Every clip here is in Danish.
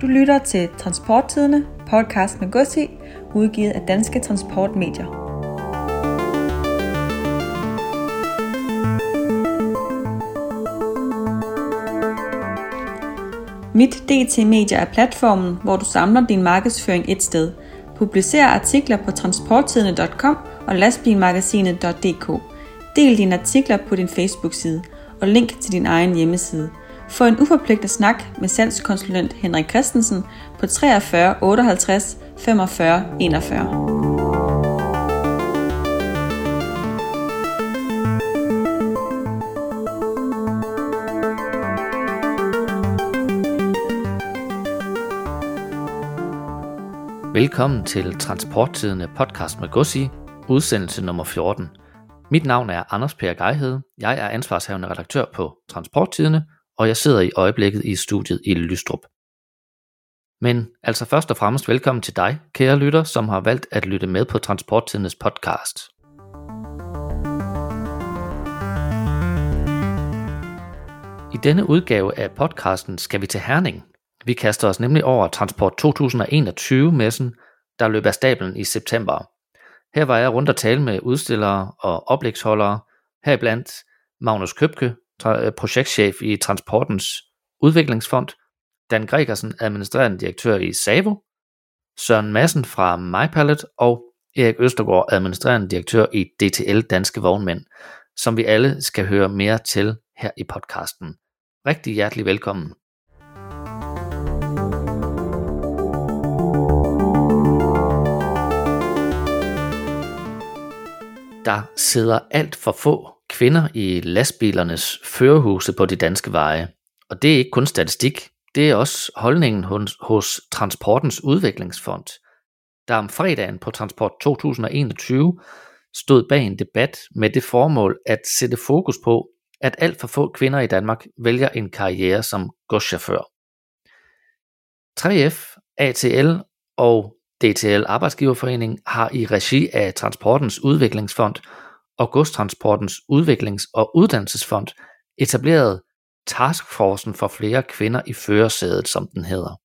Du lytter til Transporttidene, podcast med gods i, udgivet af Danske Transportmedier. Mit DT Media er platformen, hvor du samler din markedsføring et sted. Publicer artikler på transporttidene.com og lastbilmagasinet.dk. Del dine artikler på din Facebook-side og link til din egen hjemmeside. Få en uforpligtet snak med salgskonsulent Henrik Christensen på 43 58 45 41. Velkommen til Transporttidene podcast med gods i, udsendelse nummer 14. Mit navn er Anders Per Gejhede. Jeg er ansvarshavende redaktør på Transporttidene, og jeg sidder i øjeblikket i studiet i Lystrup. Men altså først og fremmest velkommen til dig, kære lytter, som har valgt at lytte med på Transporttidenes podcast. I denne udgave af podcasten skal vi til Herning. Vi kaster os nemlig over Transport 2021-messen, der løb af stablen i september. Her var jeg rundt og tale med udstillere og oplægsholdere, heriblandt Magnus Købke, projektchef i Transportens Udviklingsfond, Dan Gregersen, administrerende direktør i Savo, Søren Madsen fra MyPallet og Erik Østergaard, administrerende direktør i DTL Danske Vognmænd, som vi alle skal høre mere til her i podcasten. Rigtig hjertelig velkommen. Der sidder alt for få kvinder i lastbilernes førerhuse på de danske veje. Og det er ikke kun statistik, det er også holdningen hos Transportens Udviklingsfond, der om fredagen på Transport 2021 stod bag en debat med det formål at sætte fokus på, at alt for få kvinder i Danmark vælger en karriere som godschauffør. 3F, ATL og DTL Arbejdsgiverforening har i regi af Transportens Udviklingsfond og Godstransportens Udviklings- og Uddannelsesfond etableret Taskforcen for flere kvinder i førersædet, som den hedder.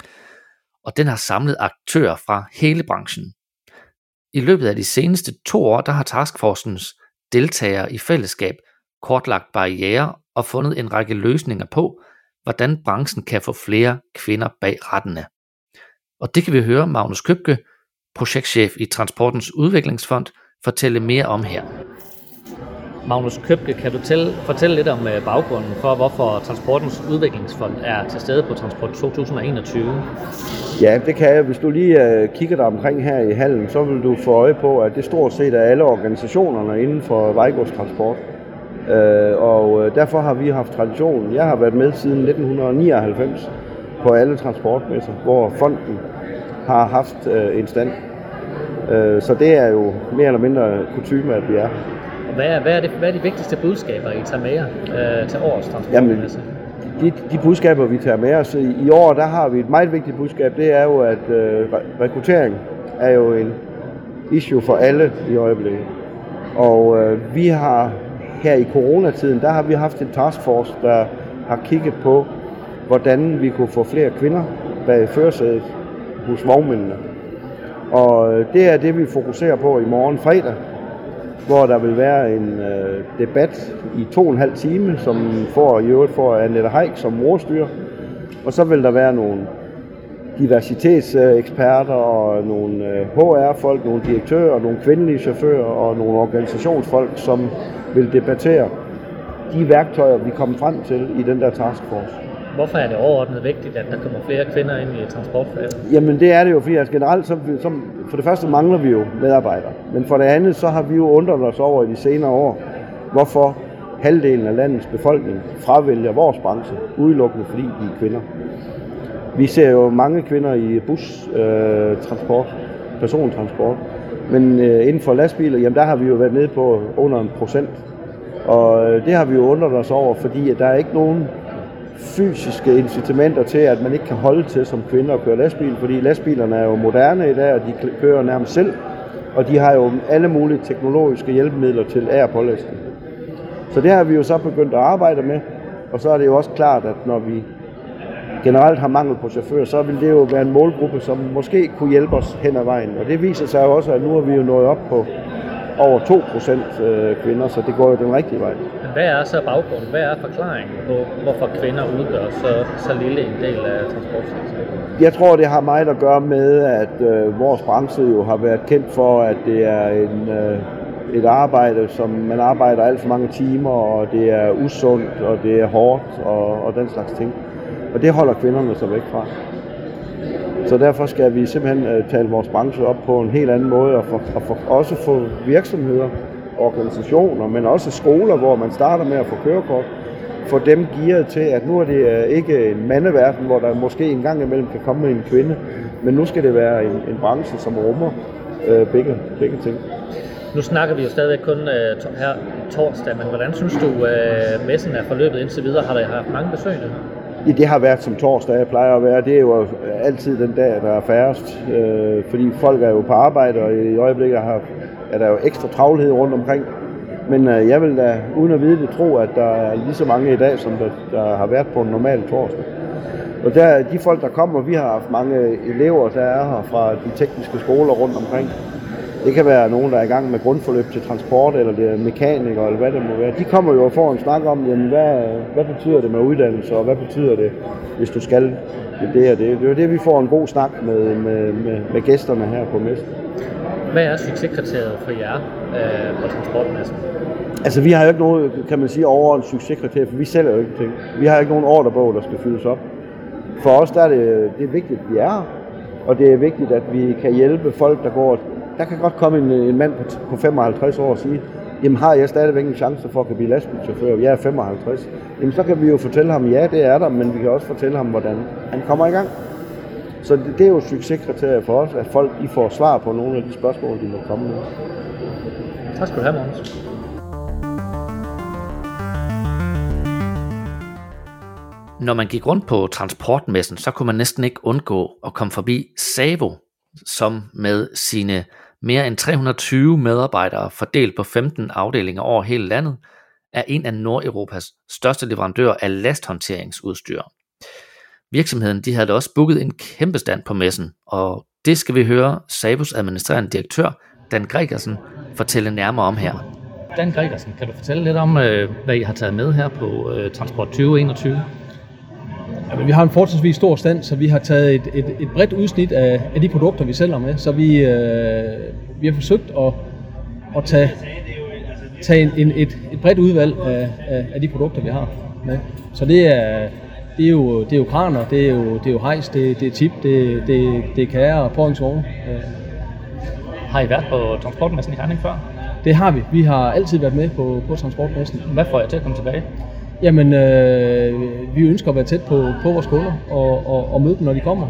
Og den har samlet aktører fra hele branchen. I løbet af de seneste 2 år, der har Taskforcens deltagere i fællesskab kortlagt barrierer og fundet en række løsninger på, hvordan branchen kan få flere kvinder bag rattene. Og det kan vi høre Magnus Købke, projektchef i Transportens Udviklingsfond, fortælle mere om her. Magnus Købke, kan du fortælle lidt om baggrunden for, hvorfor Transportens Udviklingsfond er til stede på Transport 2021? Ja, det kan jeg. Hvis du lige kigger dig omkring her i hallen, så vil du få øje på, at det stort set er alle organisationerne inden for vejgodstransport. Og derfor har vi haft tradition. Jeg har været med siden 1999 på alle transportmesser, hvor fonden har haft en stand. Så det er jo mere eller mindre kutyme, at vi er. Hvad er de vigtigste budskaber, I tager med jer til årets transportmesse? De budskaber, vi tager med os i år, der har vi et meget vigtigt budskab. Det er jo, at rekruttering er jo en issue for alle i øjeblikket. Og vi har her i coronatiden, der har vi haft en taskforce, der har kigget på, hvordan vi kunne få flere kvinder bag førersædet hos vognmændene. Og det er det, vi fokuserer på i morgen fredag, hvor der vil være en debat i 2,5 time, som får Annette Haik som ordstyrer. Og så vil der være nogle diversitetseksperter og nogle HR-folk, nogle direktører, nogle kvindelige chauffører og nogle organisationsfolk, som vil debattere de værktøjer, vi kommer frem til i den der taskforce. Hvorfor er det overordnet vigtigt, at der kommer flere kvinder ind i transportfaget? Jamen det er det jo, fordi altså generelt, for det første mangler vi jo medarbejdere. Men for det andet, så har vi jo undret os over i de senere år, hvorfor halvdelen af landets befolkning fravælger vores branche, udelukkende fordi de er kvinder. Vi ser jo mange kvinder i bustransport, persontransport, men inden for lastbiler, jamen der har vi jo været nede på under 1%. Og det har vi jo undret os over, fordi der er ikke nogen fysiske incitamenter til, at man ikke kan holde til som kvinder at køre lastbil, fordi lastbilerne er jo moderne i dag, og de kører nærmest selv, og de har jo alle mulige teknologiske hjælpemidler til af- og pålæsning. Så det har vi jo så begyndt at arbejde med, og så er det jo også klart, at når vi generelt har mangel på chauffører, så vil det jo være en målgruppe, som måske kunne hjælpe os hen ad vejen. Og det viser sig jo også, at nu er vi jo nået op på over 2% kvinder, så det går jo den rigtige vej. Men hvad er så baggrunden? Hvad er forklaringen på, hvorfor kvinder udgør så lille en del af transportsektoren? Jeg tror, det har meget at gøre med, at vores branche jo har været kendt for, at det er et arbejde, som man arbejder alt for mange timer, og det er usundt, og det er hårdt, og den slags ting. Og det holder kvinderne så væk fra. Så derfor skal vi simpelthen tale vores branche op på en helt anden måde, og også få virksomheder, organisationer, men også skoler, hvor man starter med at få kørekort, få dem gearet til, at nu er det ikke en mandeverden, hvor der måske en gang imellem kan komme en kvinde, men nu skal det være en branche, som rummer begge ting. Nu snakker vi jo stadigvæk kun her torsdag, men hvordan synes du, messen er forløbet indtil videre? Har der haft mange besøgende? Ja, det har været som torsdag plejer at være. Det er jo altid den dag, der er færrest, fordi folk er jo på arbejde, og i øjeblikket er der jo ekstra travlhed rundt omkring. Men jeg vil da, uden at vide det, tro, at der er lige så mange i dag, som der har været på en normal torsdag. Og de folk, der kommer, vi har haft mange elever, der er her fra de tekniske skoler rundt omkring. Det kan være nogen, der er i gang med grundforløb til transport, eller det er mekanikere, eller hvad det må være. De kommer jo og får en snak om, jamen, hvad betyder det med uddannelse, og hvad betyder det, hvis du skal det og det. Det er jo det, vi får en god snak med gæsterne her på messen. Hvad er succeskriteriet for jer på transportmessen? Altså, vi har jo ikke noget, kan man sige, over en succeskriterie, for vi sælger jo ikke ting. Vi har ikke nogen ordrebog, der skal fyldes op. For os der er det er vigtigt, at vi er her, og det er vigtigt, at vi kan hjælpe folk, der går. Der kan godt komme en mand på 55 år og sige, jamen har jeg stadigvæk en chance for at blive lastbilchauffør, jeg er 55. Jamen så kan vi jo fortælle ham, ja det er der, men vi kan også fortælle ham, hvordan han kommer i gang. Så det er jo succeskriterier for os, at folk I får svar på nogle af de spørgsmål, de må komme med. Tak skal du have, Magnus. Når man gik rundt på transportmessen, så kunne man næsten ikke undgå at komme forbi Savo, som med sine mere end 320 medarbejdere fordelt på 15 afdelinger over hele landet, er en af Nordeuropas største leverandører af lasthåndteringsudstyr. Virksomheden de havde også booket en kæmpe stand på messen, og det skal vi høre Savos administrerende direktør, Dan Gregersen, fortælle nærmere om her. Dan Gregersen, kan du fortælle lidt om, hvad I har taget med her på Transport 2021? Ja, vi har en forholdsvis stor stand, så vi har taget et bredt udsnit af de produkter, vi sælger med. Så vi har forsøgt at tage et bredt udvalg af de produkter, vi har med. Så det er jo kraner, det er jo hejs, det er tip, det er kager og påhængsvogne. Har I været på transportmessen i Herning før? Det har vi. Vi har altid været med på transportmessen. Hvad får jeg til at komme tilbage? Jamen, vi ønsker at være tæt på vores kunder og møde dem, når de kommer.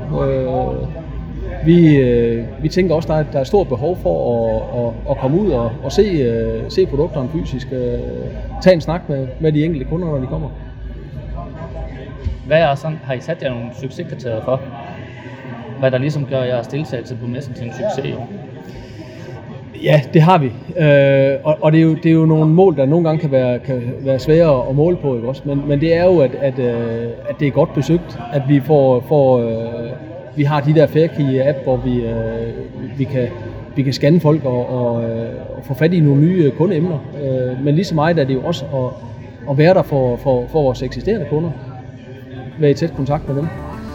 Vi tænker også, at der er stort behov for at komme ud og se produkterne fysisk. Tage en snak med de enkelte kunder, når de kommer. Hvad er sådan, har I sat jer nogle succeskriterier for? Hvad der ligesom gør jeres deltagelse på messen til en succes? Ja, det har vi. Og det er jo nogle mål, der nogle gange kan være svære at måle på, ikke også? Men det er jo, at det er godt besøgt, at vi vi har de der Fairkey-app, hvor vi kan scanne folk og få fat i nogle nye kundeemner. Men lige så meget er det jo også at være der for vores eksisterende kunder. Være i tæt kontakt med dem.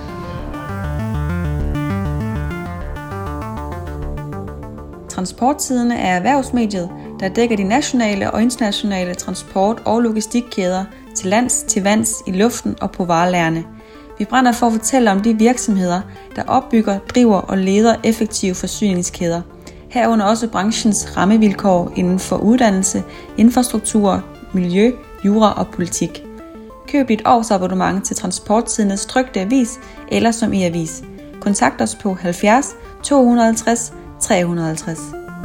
Transporttidene er erhvervsmediet, der dækker de nationale og internationale transport- og logistikkæder til lands, til vands, i luften og på varelagerne. Vi brænder for at fortælle om de virksomheder, der opbygger, driver og leder effektive forsyningskæder. Herunder også branchens rammevilkår inden for uddannelse, infrastruktur, miljø, jura og politik. Køb dit årsabonnement til Transporttidenes trykte avis eller som e-avis. Kontakt os på 70 250 350.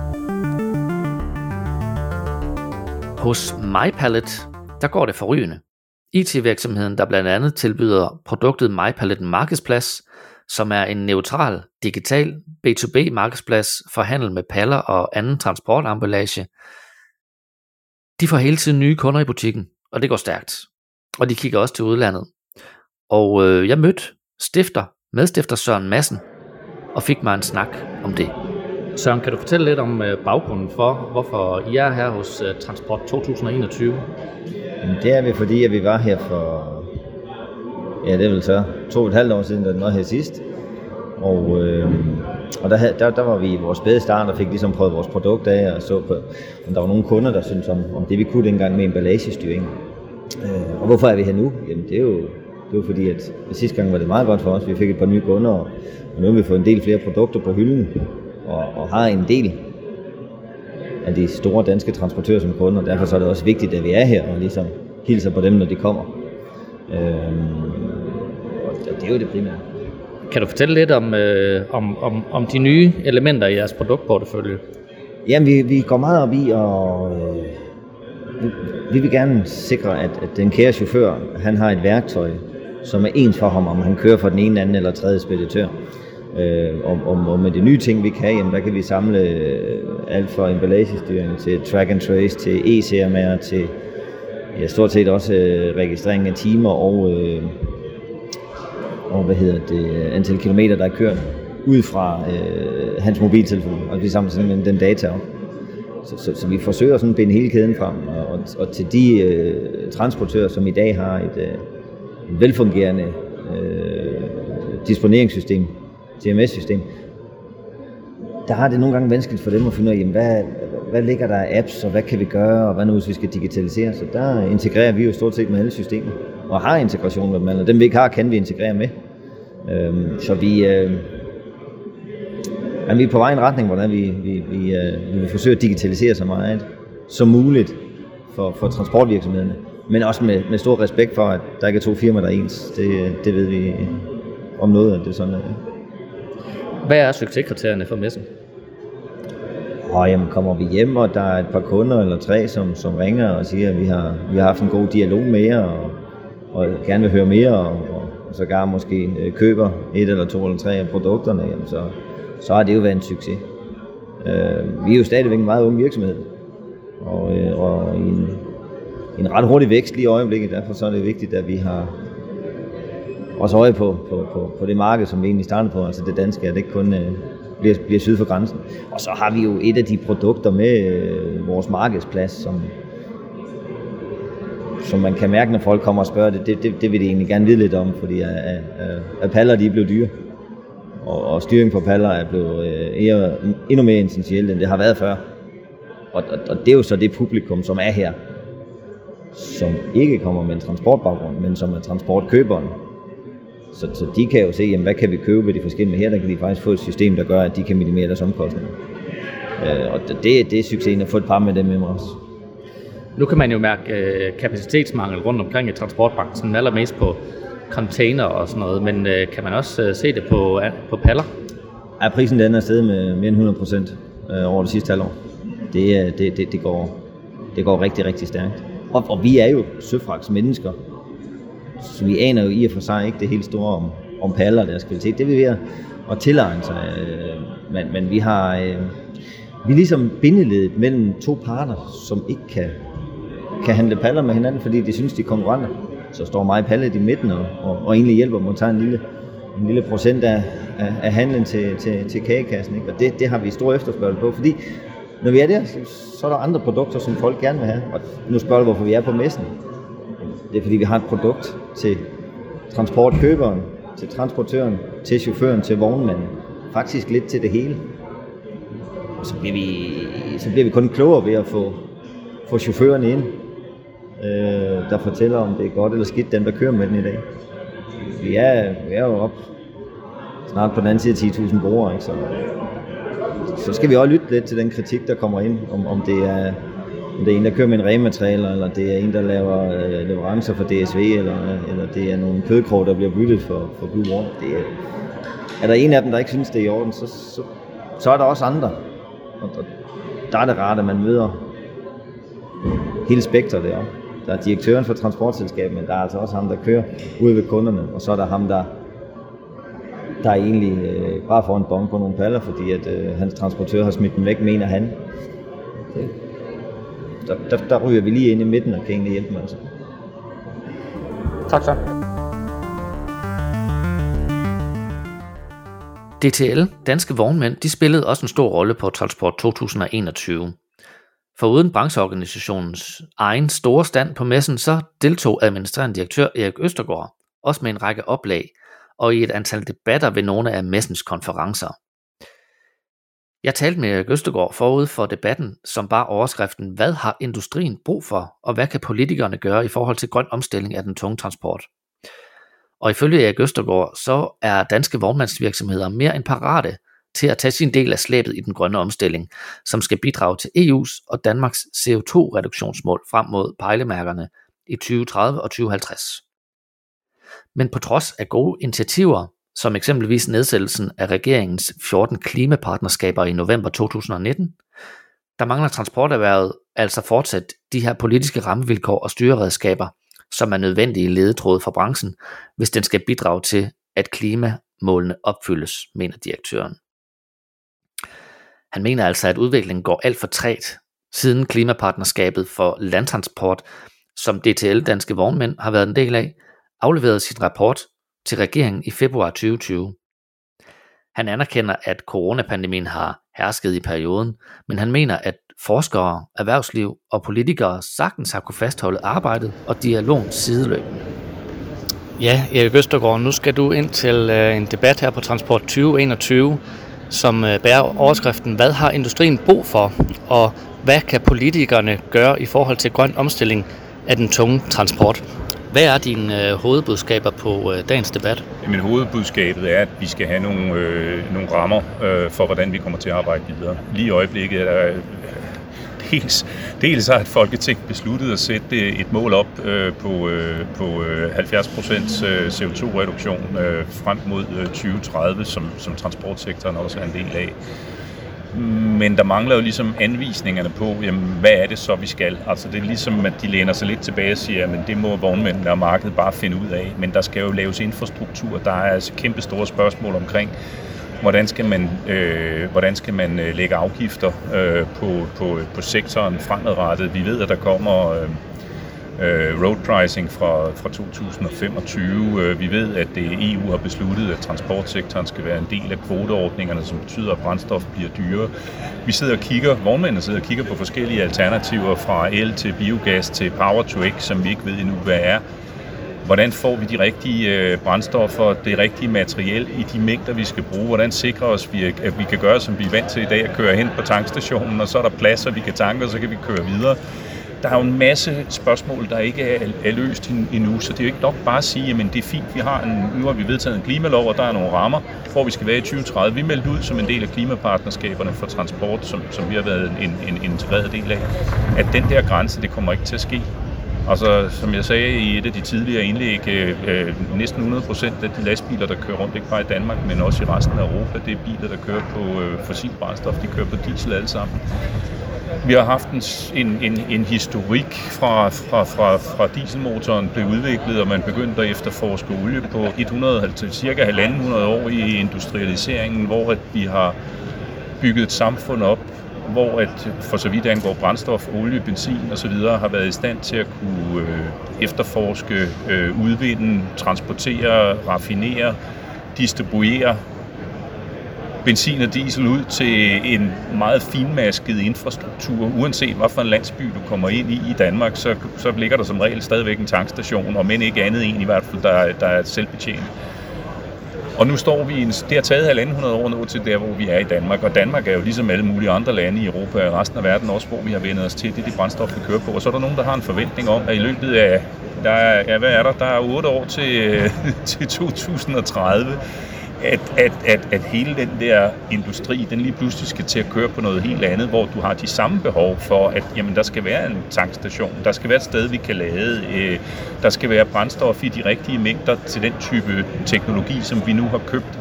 Hos MyPallet, der går det forrygende. IT-virksomheden, der blandt andet tilbyder produktet MyPallet Markedsplads, som er en neutral, digital B2B markedsplads for handel med paller og anden transportemballage. De får hele tiden nye kunder i butikken, og det går stærkt. Og de kigger også til udlandet. Og jeg mødte medstifter Søren Madsen, og fik mig en snak om det. Søren, kan du fortælle lidt om baggrunden for, hvorfor I er her hos Transport 2021? Det er vi, fordi at vi var her for, det er vel så 2,5 år siden, da den var her sidst. Og der var vi i vores spæde start og fik ligesom prøvet vores produkt af og så på, om der var nogle kunder, der syntes om det, vi kunne dengang med emballagestyring. Og hvorfor er vi her nu? Jamen det er jo fordi, at sidste gang var det meget godt for os. Vi fik et par nye kunder, og nu har vi fået en del flere produkter på hylden, og har en del af de store danske transportører som kunder. Derfor så er det også vigtigt, at vi er her og ligesom hilser på dem, når de kommer. Og det er jo det primære. Kan du fortælle lidt om de nye elementer i jeres produktportefølje? Jamen, vi går meget op i, og vi vil gerne sikre, at den kære chauffør, han har et værktøj, som er ens for ham, om han kører for den ene, anden eller tredje speditør. Og med de nye ting, vi kan, jamen, der kan vi samle alt fra emballagestyring til track and trace, til e-CMR, til stort set også registrering af timer og antal kilometer, der er kørt ud fra hans mobiltelefon, og vi samler simpelthen den data op. Så vi forsøger sådan at binde hele kæden frem, og til de transportører, som i dag har et velfungerende disponeringssystem, TMS-system, der har det nogle gange vanskeligt for dem at finde ud af, jamen, hvad ligger der af apps, og hvad kan vi gøre, og hvad nu hvis vi skal digitalisere. Så der integrerer vi jo stort set med alle systemer, og har integration med dem, og dem vi ikke har, kan vi integrere med. Så vi er på vej i en retning, hvordan vi vil forsøge at digitalisere så meget som muligt for transportvirksomhederne, men også med stor respekt for, at der ikke er to firmaer, der er ens. Det ved vi om noget, at det er sådan. Hvad er succeskriterierne for messen? Jamen, kommer vi hjem, og der er et par kunder eller 3, som ringer og siger, at vi har haft en god dialog med jer, og gerne vil høre mere, og sågar måske køber 1 eller 2 eller 3 af produkterne, jamen så har det jo været en succes. Vi er jo stadigvæk en meget ung virksomhed, og i en ret hurtig vækst lige i øjeblikket. Derfor så er det vigtigt, at vi har også øje på det marked, som vi egentlig startede på, altså det danske, at det ikke kun bliver syd for grænsen. Og så har vi jo et af de produkter med vores markedsplads, som man kan mærke, når folk kommer og spørger det vil de egentlig gerne vide lidt om, fordi at paller, de er blevet dyre. Og styring på paller er blevet endnu mere essentielt, end det har været før. Og det er jo så det publikum, som er her, som ikke kommer med en transportbaggrund, men som er transportkøberen. Så de kan jo se, jamen, hvad kan vi købe ved de forskellige. Her der kan de faktisk få et system, der gør, at de kan minimere deres omkostninger. Og det er succesen at få et par med dem med os. Nu kan man jo mærke kapacitetsmangel rundt omkring i transportbranchen, allermest på container og sådan noget, men kan man også se det på paller? Ja, prisen den er steget med mere end 100% over det sidste halvår. Det går rigtig, rigtig stærkt. Og vi er jo søfragtsmennesker, så vi aner jo i og for sig ikke det helt store om paller og deres kvalitet. Det er vi ved at tilegne sig. Men vi er ligesom bindeledet mellem 2 parter, som ikke kan handle paller med hinanden, fordi de synes, de er konkurrenter. Så står mig pallet i midten og egentlig hjælper dem at tage en lille procent af handlen til kagekassen. Ikke? Og det har vi stor efterspørgsel på, fordi når vi er der, så er der andre produkter, som folk gerne vil have. Og nu spørger du, hvorfor vi er på messen. Det er fordi, vi har et produkt til transportkøberen, til transportøren, til chaufføren, til vognmanden. Faktisk lidt til det hele. Og så bliver vi kun klogere ved at få chaufførerne ind, der fortæller, om det er godt eller skidt, dem der kører med den i dag. Vi er jo op snart på den anden side af 10.000 brugere, ikke? Så skal vi også lytte lidt til den kritik, der kommer ind, om det er en, der kører med en rematerialer, eller det er en, der laver leverancer for DSV, eller det er nogle kødkrog, der bliver byttet for Blue Water. Er der en af dem, der ikke synes, det er i orden, så er der også andre. Og der er det rart, at man møder hele spektret deroppe. Der er direktøren for transportselskabet, men der er altså også ham, der kører ude ved kunderne, og så er der ham, der egentlig bare får en bon på nogle paller, fordi at hans transportør har smidt dem væk, mener han. Der ryger vi lige ind i midten og kan egentlig hjælpe med. Altså. Tak så. DTL, Danske Vognmænd, de spillede også en stor rolle på Transport 2021. For uden brancheorganisationens egen store stand på messen, så deltog administrerende direktør Erik Østergaard også med en række oplag og i et antal debatter ved nogle af messens konferencer. Jeg talte med Erik Østergaard forud for debatten, som bar overskriften: Hvad har industrien brug for, og hvad kan politikerne gøre i forhold til grøn omstilling af den tunge transport? Og ifølge Erik Østergaard, så er danske vognmandsvirksomheder mere end parate til at tage sin del af slæbet i den grønne omstilling, som skal bidrage til EU's og Danmarks CO2-reduktionsmål frem mod pejlemærkerne i 2030 og 2050. Men på trods af gode initiativer, som eksempelvis nedsættelsen af regeringens 14 klimapartnerskaber i november 2019, der mangler transporterhvervet altså fortsat de her politiske rammevilkår og styreredskaber, som er nødvendige ledetråde for branchen, hvis den skal bidrage til, at klimamålene opfyldes, mener direktøren. Han mener altså, at udviklingen går alt for trægt, siden klimapartnerskabet for landtransport, som DTL Danske Vognmænd har været en del af, afleverede sin rapport til regeringen i februar 2020. Han anerkender, at coronapandemien har hersket i perioden, men han mener, at forskere, erhvervsliv og politikere sagtens har kunne fastholde arbejdet og dialogen sideløbende. Ja, Erik Østergaard, nu skal du ind til en debat her på Transport 2021, som bærer overskriften: Hvad har industrien brug for, og hvad kan politikerne gøre i forhold til grøn omstilling af den tunge transport? Hvad er dine hovedbudskaber på dagens debat? Min hovedbudskabet er, at vi skal have nogle rammer for, hvordan vi kommer til at arbejde videre. Lige i øjeblikket er der dels har et Folketing besluttet at sætte et mål op på 70% CO2-reduktion frem mod 2030, som transportsektoren også er en del af. Men der mangler jo ligesom anvisningerne på, jamen, hvad er det så, vi skal? Altså det er ligesom, at de læner sig lidt tilbage og siger, men det må vognmændene og markedet bare finde ud af. Men der skal jo laves infrastruktur. Der er altså kæmpe store spørgsmål omkring, hvordan skal man lægge afgifter på sektoren fremadrettet. Vi ved, at der kommer road pricing fra 2025. Vi ved, at EU har besluttet, at transportsektoren skal være en del af kvoteordningerne, som betyder, at brændstof bliver dyrere. Vognmændene sidder og kigger på forskellige alternativer fra el til biogas til power to x, som vi ikke ved endnu, hvad er. Hvordan får vi de rigtige brændstoffer, det rigtige materiel i de mængder, vi skal bruge? Hvordan sikrer os, at vi kan gøre, som vi er vant til i dag, at køre hen på tankstationen, og så er der pladser, vi kan tanke, og så kan vi køre videre. Der er jo en masse spørgsmål, der ikke er løst endnu, så det er jo ikke nok bare at sige, at det er fint, nu har vi vedtaget en klimalov, og der er nogle rammer, hvor vi skal være i 2030. Vi meldte ud som en del af klimapartnerskaberne for transport, som vi har været en integreret del af, at den der grænse, det kommer ikke til at ske. Altså, som jeg sagde i et af de tidligere indlæg, næsten 100% af de lastbiler, der kører rundt, ikke bare i Danmark, men også i resten af Europa, det er biler, der kører på fossil brændstof, de kører på diesel alle sammen. Vi har haft en historik fra dieselmotoren blev udviklet, og man begyndte at efterforske olie på cirka 1.500 år i industrialiseringen, hvor at vi har bygget et samfund op, hvor at for så vidt angår brændstof, olie, benzin osv. har været i stand til at kunne efterforske, udvinde, transportere, raffinere, distribuere benzin og diesel ud til en meget finmasket infrastruktur. Uanset hvad for en landsby du kommer ind i Danmark, så ligger der som regel stadigvæk en tankstation, og men ikke andet en i hvert fald, der er selvbetjent. Og nu står vi det har taget 1.500 år nu til der, hvor vi er i Danmark. Og Danmark er jo ligesom alle mulige andre lande i Europa og resten af verden også, hvor vi har vendt os til. Det er de brændstof, vi kører på. Og så er der nogen, der har en forventning om, at i løbet af, der er 8 år til 2030, at hele den der industri, den lige pludselig skal til at køre på noget helt andet, hvor du har de samme behov for, at jamen, der skal være en tankstation, der skal være et sted, vi kan lade, der skal være brændstof i de rigtige mængder til den type teknologi, som vi nu har købt.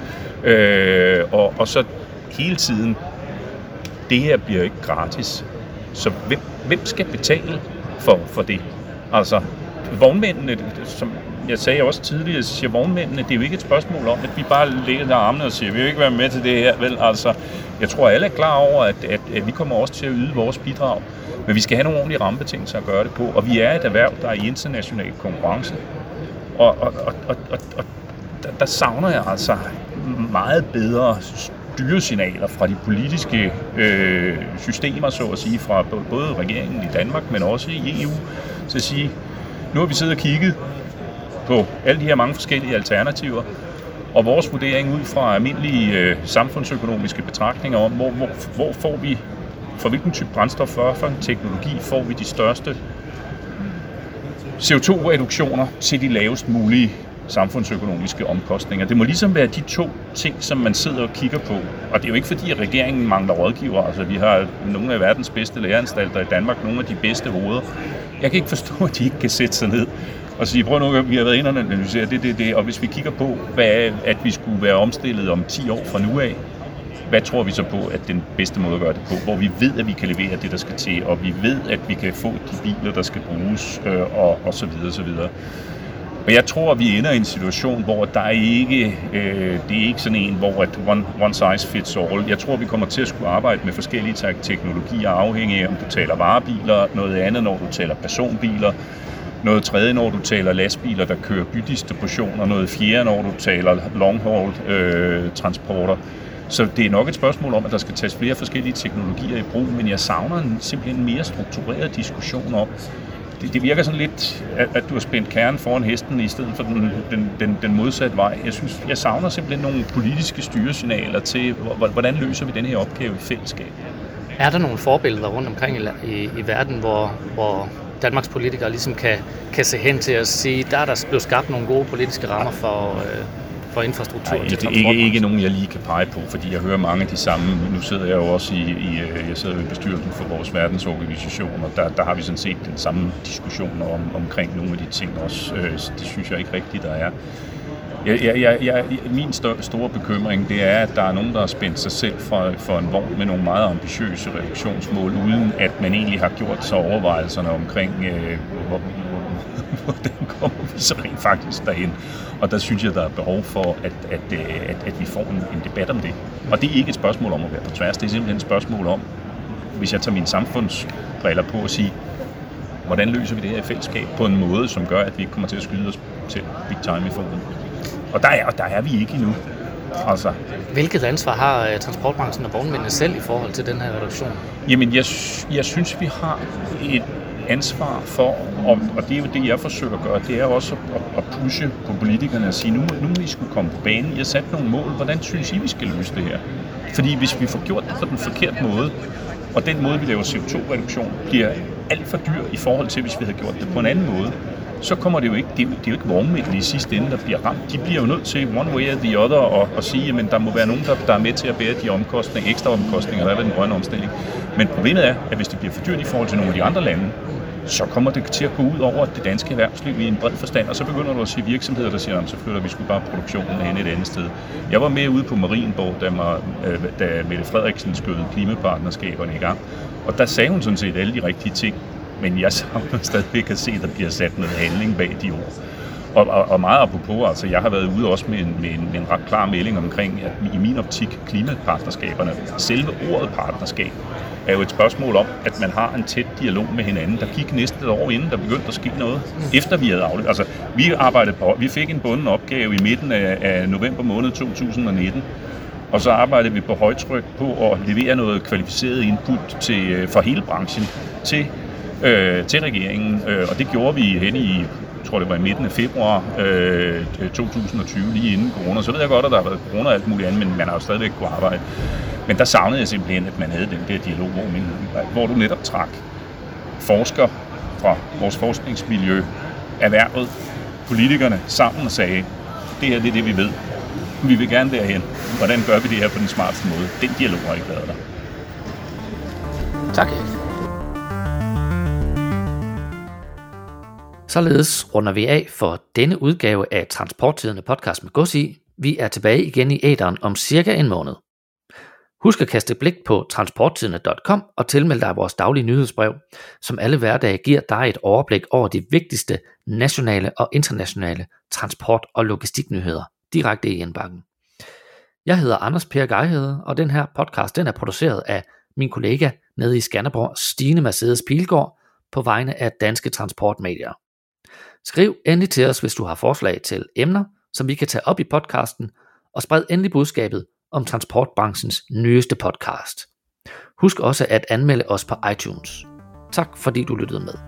Og så hele tiden, det her bliver ikke gratis. Så hvem skal betale for det? Altså, vognmændene, som jeg sagde også tidligere, siger vognmændene, det er jo ikke et spørgsmål om, at vi bare lægger der armene og siger, vi vil ikke være med til det her. Vel, altså, jeg tror, alle er klar over, at vi kommer også til at yde vores bidrag. Men vi skal have nogle ordentlige rammebetingelser at gøre det på. Og vi er et erhverv, der er i international konkurrence. Og der savner jeg altså meget bedre styresignaler fra de politiske systemer, så at sige, fra både regeringen i Danmark, men også i EU, til at sige, nu har vi siddet og kigget på alle de her mange forskellige alternativer, og vores vurdering ud fra almindelige samfundsøkonomiske betragtninger om, hvor får vi, for hvilken type brændstof, for en teknologi, får vi de største CO2-reduktioner til de lavest mulige samfundsøkonomiske omkostninger. Det må ligesom være de to ting, som man sidder og kigger på. Og det er jo ikke fordi, at regeringen mangler rådgiver. Altså, vi har nogle af verdens bedste læreanstalter i Danmark, nogle af de bedste hoveder. Jeg kan ikke forstå, at de ikke kan sætte sig ned og sige, prøv nu, vi har været inde og analysere det, og hvis vi kigger på, at vi skulle være omstillet om 10 år fra nu af, hvad tror vi så på, at den bedste måde at gøre det på, hvor vi ved, at vi kan levere det, der skal til, og vi ved, at vi kan få de biler, der skal bruges, og så videre, så videre. Og jeg tror, at vi ender i en situation, hvor der ikke, det er ikke sådan en, hvor at one size fits all. Jeg tror, vi kommer til at skulle arbejde med forskellige teknologier, afhængig af, om du taler varebiler, noget andet, når du taler personbiler, noget tredje, når du taler lastbiler, der kører bydistribution, og noget fjerde, når du taler long-haul transporter. Så det er nok et spørgsmål om, at der skal tages flere forskellige teknologier i brug, men jeg savner simpelthen en mere struktureret diskussion om. Det virker sådan lidt, at du har spændt kernen foran hesten i stedet for den modsatte vej. Jeg savner simpelthen nogle politiske styresignaler til, hvordan løser vi den her opgave i fællesskab. Er der nogle forbilleder rundt omkring i verden, hvor Danmarks politikere ligesom kan se hen til at sige, der er der blevet skabt nogle gode politiske rammer for infrastruktur til transport? Det er ikke nogen, jeg lige kan pege på, fordi jeg hører mange af de samme. Nu sidder jeg jo også jeg sidder i bestyrelsen for vores verdensorganisation, og der har vi sådan set den samme diskussion omkring nogle af de ting også. Det synes jeg ikke rigtigt, der er. Min store bekymring, det er, at der er nogen, der har spændt sig selv for en vogn med nogle meget ambitiøse reduktionsmål, uden at man egentlig har gjort sig overvejelserne omkring, hvordan kommer vi så rent faktisk derhen. Og der synes jeg, der er behov for, at vi får en debat om det. Og det er ikke et spørgsmål om at være på tværs, det er simpelthen et spørgsmål om, hvis jeg tager mine samfundsbriller på og sige, hvordan løser vi det her i fællesskab på en måde, som gør, at vi ikke kommer til at skyde os til big time i foden. Og der er vi ikke endnu. Altså. Hvilket ansvar har transportbranchen og vognmændene selv i forhold til den her reduktion? Jamen, jeg synes, vi har et ansvar for, og det er jo det, jeg forsøger at gøre, det er også at pushe på politikerne og sige, nu må I skulle komme på banen, I har sat nogle mål, hvordan synes I, vi skal løse det her? Fordi hvis vi får gjort det på den forkerte måde, og den måde, vi laver CO2-reduktion, bliver alt for dyr i forhold til, hvis vi havde gjort det på en anden måde, så kommer det jo ikke, det er jo ikke vognmændene i sidste ende, der bliver ramt. De bliver jo nødt til one way or the other og sige, at der må være nogen, der er med til at bære de omkostninger, ekstra omkostninger, der er ved den grønne omstilling. Men problemet er, at hvis det bliver for dyrt i forhold til nogle af de andre lande, så kommer det til at gå ud over det danske erhvervsliv i en bred forstand, og så begynder du at se virksomheder, der siger, så flytter vi sgu bare produktionen hen et andet sted. Jeg var med ude på Marienborg, da Mette Frederiksen skød klimapartnerskaberne i gang, og der sagde hun sådan set alle de rigtige ting, men jeg savner stadigvæk at se, at der bliver sat noget handling bag de ord. Og meget apropos, altså jeg har været ude også med en ret klar melding omkring, at i min optik klimapartnerskaberne, selve ordet partnerskab, er jo et spørgsmål om, at man har en tæt dialog med hinanden. Der gik næsten et år inden, der begyndte at ske noget, efter vi havde afleveret. Altså, vi fik en bunden opgave i midten af november måned 2019, og så arbejdede vi på højtryk på at levere noget kvalificeret input for hele branchen til regeringen, og det gjorde vi hen i, jeg tror det var i midten af februar 2020, lige inden corona. Så ved jeg godt, at der har været corona og alt muligt andet, men man har jo stadigvæk kunnet arbejde. Men der savnede jeg simpelthen, at man havde den der dialog, hvor du netop trak forskere fra vores forskningsmiljø, erhvervet, politikerne sammen og sagde, det her det er det, vi ved. Vi vil gerne derhen. Hvordan gør vi det her på den smarteste måde? Den dialog har ikke været der. Tak. Således runder vi af for denne udgave af Transporttidende podcast med gods i. Vi er tilbage igen i æteren om cirka en måned. Husk at kaste et blik på transporttidende.com og tilmelde dig vores daglige nyhedsbrev, som alle hverdage giver dig et overblik over de vigtigste nationale og internationale transport- og logistiknyheder direkte i indbakken. Jeg hedder Anders Per Geihede, og den her podcast den er produceret af min kollega nede i Skanderborg, Stine Mercedes Pilgaard, på vegne af Danske Transportmedier. Skriv endelig til os, hvis du har forslag til emner, som vi kan tage op i podcasten, og spred endelig budskabet om transportbranchens nyeste podcast. Husk også at anmelde os på iTunes. Tak fordi du lyttede med.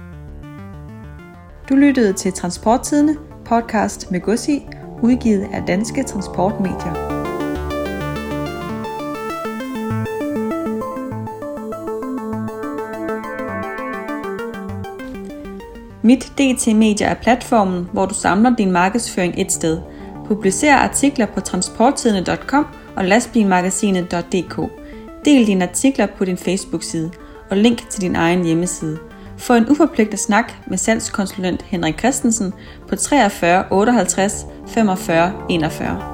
Du lyttede til Transporttidene, podcast med gods i, udgivet af Danske Transportmedier. Mit DT Media er platformen, hvor du samler din markedsføring et sted. Publicer artikler på transporttidene.com og lastbilmagasinet.dk. Del dine artikler på din Facebook-side og link til din egen hjemmeside. Få en uforpligtet snak med salgskonsulent Henrik Christensen på 43 58 45 41.